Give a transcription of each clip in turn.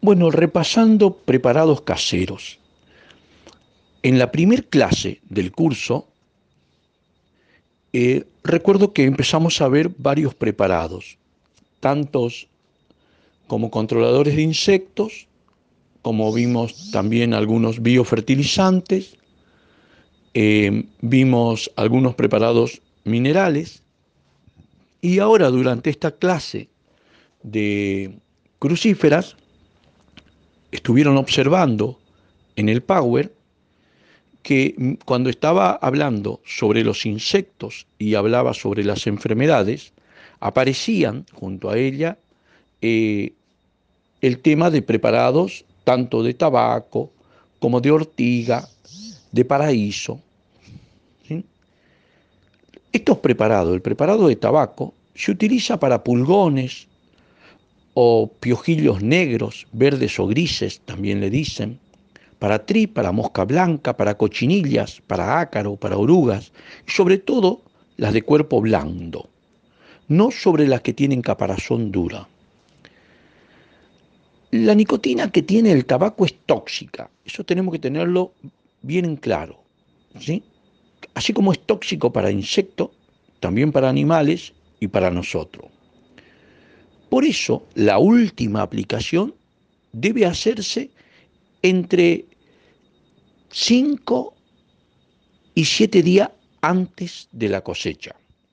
Bueno, repasando preparados caseros. En la primer clase del curso, recuerdo que empezamos a ver varios preparados, tantos como controladores de insectos, como vimos también algunos biofertilizantes, vimos algunos preparados minerales, y ahora durante esta clase de crucíferas estuvieron observando en el Power que cuando estaba hablando sobre los insectos y hablaba sobre las enfermedades, aparecían junto a ella eh, el tema de preparados tanto de tabaco como de ortiga, de paraíso. ¿Sí? Estos preparados, el preparado de tabaco, se utiliza para pulgones o piojillos negros, verdes o grises, también le dicen, para tri, para mosca blanca, para cochinillas, para ácaro, para orugas, y sobre todo las de cuerpo blando, no sobre las que tienen caparazón dura. La nicotina que tiene el tabaco es tóxica, eso tenemos que tenerlo bien en claro, ¿sí? Así como es tóxico para insectos, también para animales y para nosotros. Por eso, la última aplicación debe hacerse entre 5 y 7 días antes de la cosecha.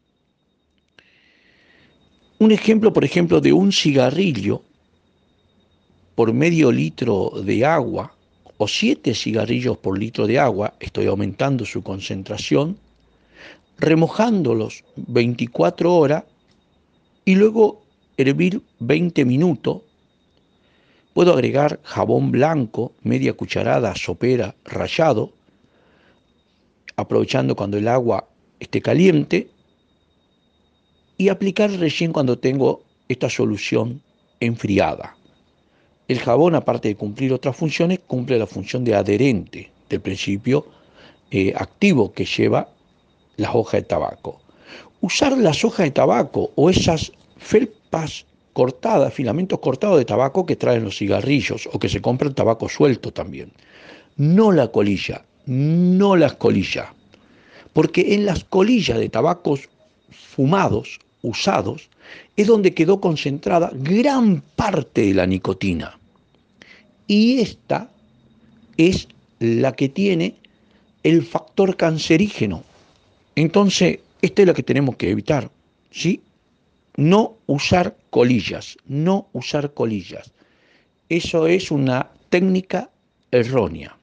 Un ejemplo, por ejemplo, de un cigarrillo por medio litro de agua o 7 cigarrillos por litro de agua, estoy aumentando su concentración, remojándolos 24 horas y luego hervir 20 minutos. Puedo agregar jabón blanco, media cucharada sopera rallado, aprovechando cuando el agua esté caliente, y aplicar recién cuando tengo esta solución enfriada. El jabón, aparte de cumplir otras funciones, cumple la función de adherente del principio activo que lleva las hojas de tabaco. Usar las hojas de tabaco o esas felpas cortadas, filamentos cortados de tabaco que traen los cigarrillos o que se compra el tabaco suelto también. No la colilla, no las colillas, porque en las colillas de tabacos fumados, usados, es donde quedó concentrada gran parte de la nicotina. Y esta es la que tiene el factor cancerígeno. Entonces, esta es la que tenemos que evitar, ¿sí? No usar colillas, no usar colillas. Eso es una técnica errónea.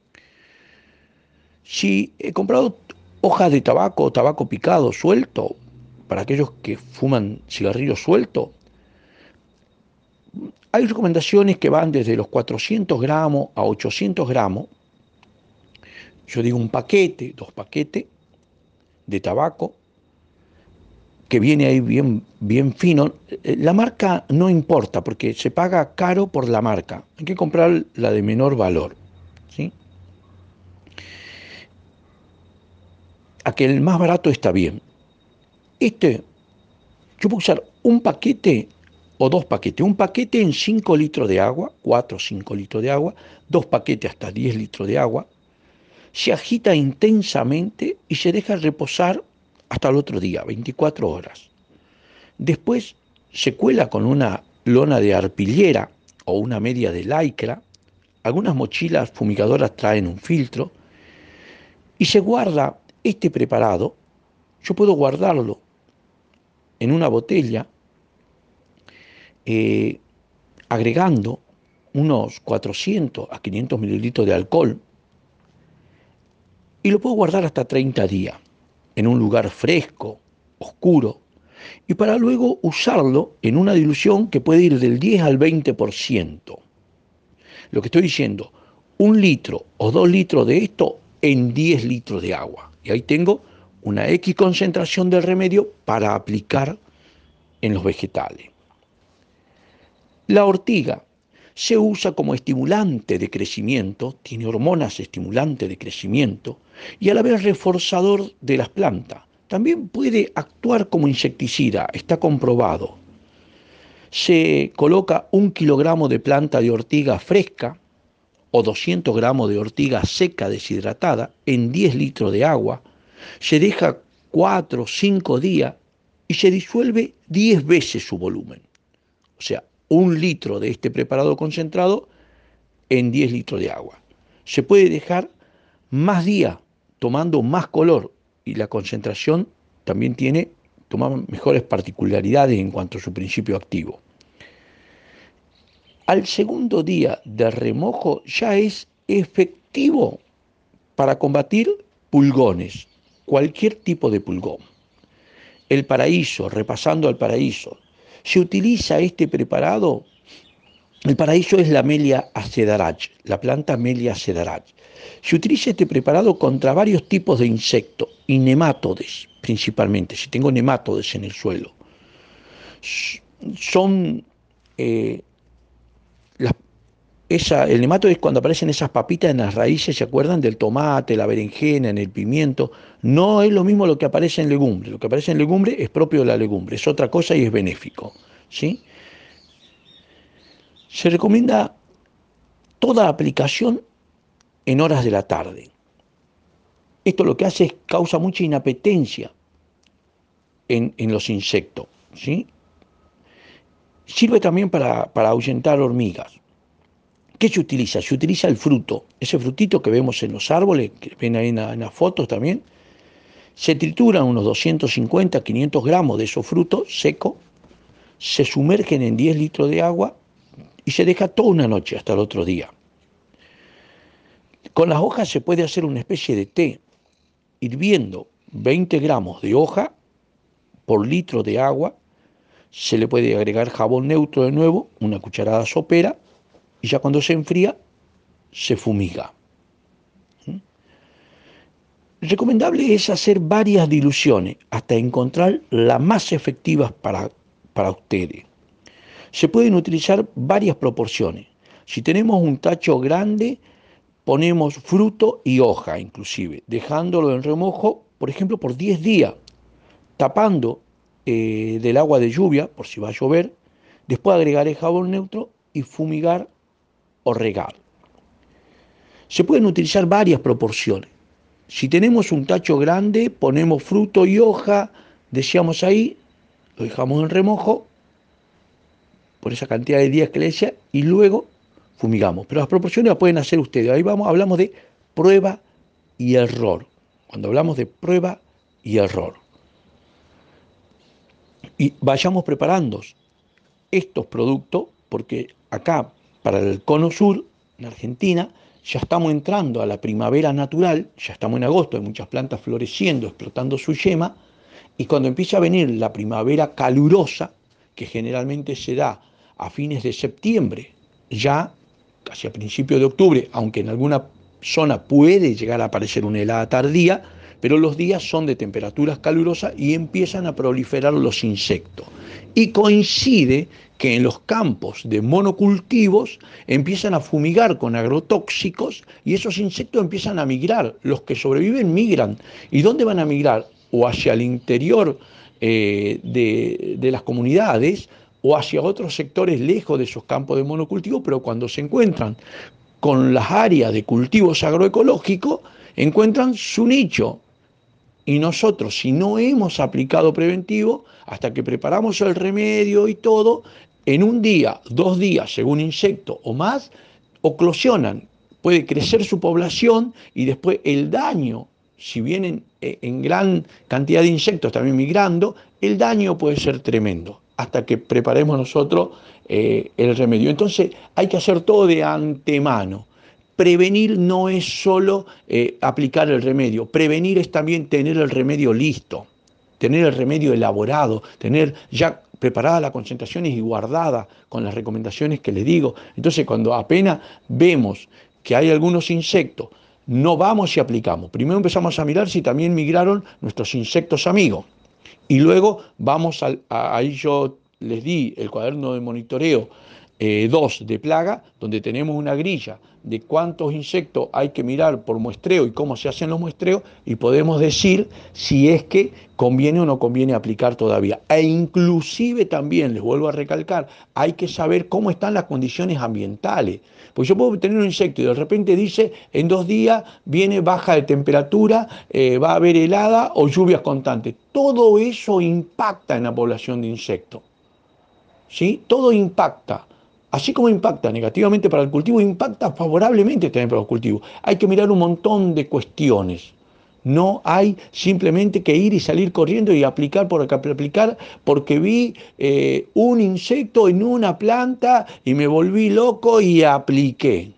Si he comprado hojas de tabaco o tabaco picado suelto, para aquellos que fuman cigarrillos suelto, hay recomendaciones que van desde los 400 gramos a 800 gramos. Yo digo un paquete, 2 paquetes de tabaco, que viene ahí bien fino. La marca no importa, porque se paga caro por la marca. Hay que comprar la de menor valor, ¿sí? Aquel más barato está bien. Yo puedo usar un paquete o 2 paquetes. Un paquete en 5 litros de agua, 4 o 5 litros de agua, 2 paquetes hasta 10 litros de agua. Se agita intensamente y se deja reposar hasta el otro día, 24 horas. Después se cuela con una lona de arpillera o una media de lycra. Algunas mochilas fumigadoras traen un filtro y se guarda este preparado. Yo puedo guardarlo en una botella eh, agregando unos 400 a 500 mililitros de alcohol y lo puedo guardar hasta 30 días en un lugar fresco, oscuro, y para luego usarlo en una dilución que puede ir del 10 al 20%. Lo que estoy diciendo, 1 litro o 2 litros de esto en 10 litros de agua. Y ahí tengo una X concentración del remedio para aplicar en los vegetales. La ortiga se usa como estimulante de crecimiento, tiene hormonas estimulantes de crecimiento y a la vez reforzador de las plantas. También puede actuar como insecticida, está comprobado. Se coloca 1 kilogramo de planta de ortiga fresca o 200 gramos de ortiga seca deshidratada en 10 litros de agua, se deja 4 o 5 días y se disuelve 10 veces su volumen. O sea, 1 litro de este preparado concentrado en 10 litros de agua. Se puede dejar más días tomando más color y la concentración también toma mejores particularidades en cuanto a su principio activo. Al segundo día de remojo ya es efectivo para combatir pulgones, cualquier tipo de pulgón. El paraíso, repasando al paraíso, se utiliza este preparado. El paraíso es la Melia acedarach, la planta Melia acedarach. Se utiliza este preparado contra varios tipos de insectos y nemátodes, principalmente, si tengo nemátodes en el suelo. Son eh, las el nemato es cuando aparecen esas papitas en las raíces, ¿se acuerdan? Del tomate, la berenjena, en el pimiento. No es lo mismo lo que aparece en legumbre. Lo que aparece en legumbre es propio de la legumbre, es otra cosa y es benéfico, ¿sí? Se recomienda toda aplicación en horas de la tarde. Esto lo que hace es causa mucha inapetencia en los insectos, ¿sí? Sirve también para ahuyentar hormigas. ¿Qué se utiliza? Se utiliza el fruto, ese frutito que vemos en los árboles, que ven ahí en las fotos también. Se trituran unos 250, 500 gramos de esos frutos secos, se sumergen en 10 litros de agua y se deja toda una noche hasta el otro día. Con las hojas se puede hacer una especie de té, hirviendo 20 gramos de hoja por litro de agua, se le puede agregar jabón neutro de nuevo, una cucharada sopera, y ya cuando se enfría, se fumiga. Recomendable es hacer varias diluciones hasta encontrar las más efectivas para ustedes. Se pueden utilizar varias proporciones. Si tenemos un tacho grande, ponemos fruto y hoja inclusive, dejándolo en remojo, por ejemplo, por 10 días, tapando del agua de lluvia, por si va a llover, después agregar el jabón neutro y fumigar o regar. Se pueden utilizar varias proporciones. Si tenemos un tacho grande, ponemos fruto y hoja, deseamos ahí, lo dejamos en remojo por esa cantidad de días que le decía y luego fumigamos. Pero las proporciones las pueden hacer ustedes. Ahí hablamos de prueba y error. Cuando hablamos de prueba y error. Y vayamos preparando estos productos porque acá, para el cono sur, en Argentina, ya estamos entrando a la primavera natural, ya estamos en agosto, hay muchas plantas floreciendo, explotando su yema, y cuando empieza a venir la primavera calurosa, que generalmente se da a fines de septiembre, ya casi a principios de octubre, aunque en alguna zona puede llegar a aparecer una helada tardía, pero los días son de temperaturas calurosas y empiezan a proliferar los insectos. Y coincide que en los campos de monocultivos empiezan a fumigar con agrotóxicos y esos insectos empiezan a migrar. Los que sobreviven migran. ¿Y dónde van a migrar? O hacia el interior de las comunidades o hacia otros sectores lejos de esos campos de monocultivo, pero cuando se encuentran con las áreas de cultivos agroecológicos, encuentran su nicho. Y nosotros, si no hemos aplicado preventivo, hasta que preparamos el remedio y todo, en un día, 2 días, según insecto o más, oclosionan. Puede crecer su población y después el daño, si vienen en gran cantidad de insectos también migrando, el daño puede ser tremendo hasta que preparemos nosotros el remedio. Entonces hay que hacer todo de antemano. Prevenir no es solo aplicar el remedio, prevenir es también tener el remedio listo, tener el remedio elaborado, tener ya preparada la concentración y guardada con las recomendaciones que les digo. Entonces cuando apenas vemos que hay algunos insectos, no vamos y aplicamos. Primero empezamos a mirar si también migraron nuestros insectos amigos. Y luego vamos ahí yo les di el cuaderno de monitoreo 2 de plaga, donde tenemos una grilla de cuántos insectos hay que mirar por muestreo y cómo se hacen los muestreos, y podemos decir si es que conviene o no conviene aplicar todavía. E inclusive también, les vuelvo a recalcar, hay que saber cómo están las condiciones ambientales. Porque yo puedo tener un insecto y de repente dice, en 2 días viene baja de temperatura, va a haber helada o lluvias constantes. Todo eso impacta en la población de insectos. ¿Sí? Todo impacta. Así como impacta negativamente para el cultivo, impacta favorablemente también para los cultivos. Hay que mirar un montón de cuestiones. No hay simplemente que ir y salir corriendo y aplicar por aplicar porque vi un insecto en una planta y me volví loco y apliqué.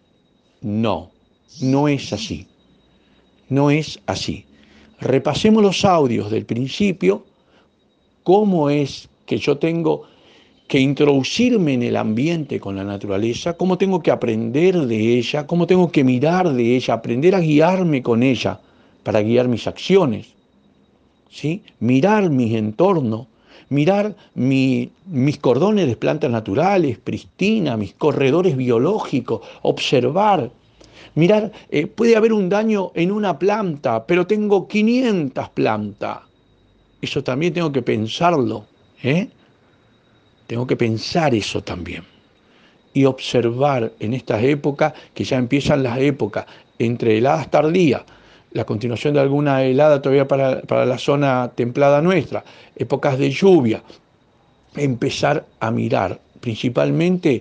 No, no es así. No es así. Repasemos los audios del principio, cómo es que yo tengo que introducirme en el ambiente con la naturaleza, cómo tengo que aprender de ella, cómo tengo que mirar de ella, aprender a guiarme con ella para guiar mis acciones, ¿sí? Mirar mi entorno, mirar mis cordones de plantas naturales, pristinas, mis corredores biológicos, observar. Mirar, puede haber un daño en una planta, pero tengo 500 plantas. Eso también tengo que pensarlo, ¿eh? Tengo que pensar eso también. Y observar en estas épocas, que ya empiezan las épocas entre heladas tardías, la continuación de alguna helada todavía para la zona templada nuestra, épocas de lluvia, empezar a mirar, principalmente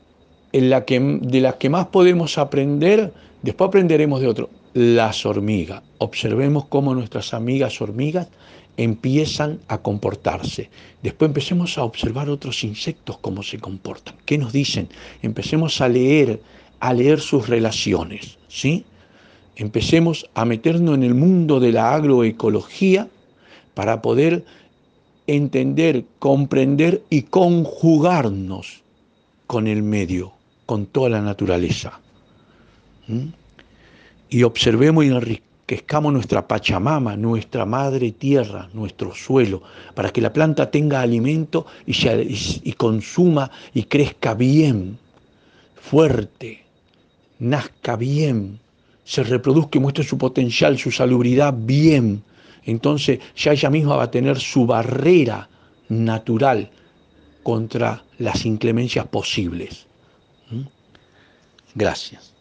de las que más podemos aprender, después aprenderemos de otro, las hormigas. Observemos cómo nuestras amigas hormigas empiezan a comportarse. Después empecemos a observar otros insectos cómo se comportan, qué nos dicen. Empecemos a leer sus relaciones, ¿sí? Empecemos a meternos en el mundo de la agroecología para poder entender, comprender y conjugarnos con el medio, con toda la naturaleza. ¿Mm? Y observemos y enriquezcamos nuestra Pachamama, nuestra madre tierra, nuestro suelo, para que la planta tenga alimento y consuma y crezca bien, fuerte, nazca bien, se reproduzca y muestre su potencial, su salubridad bien. Entonces ya ella misma va a tener su barrera natural contra las inclemencias posibles. ¿Mm? Gracias.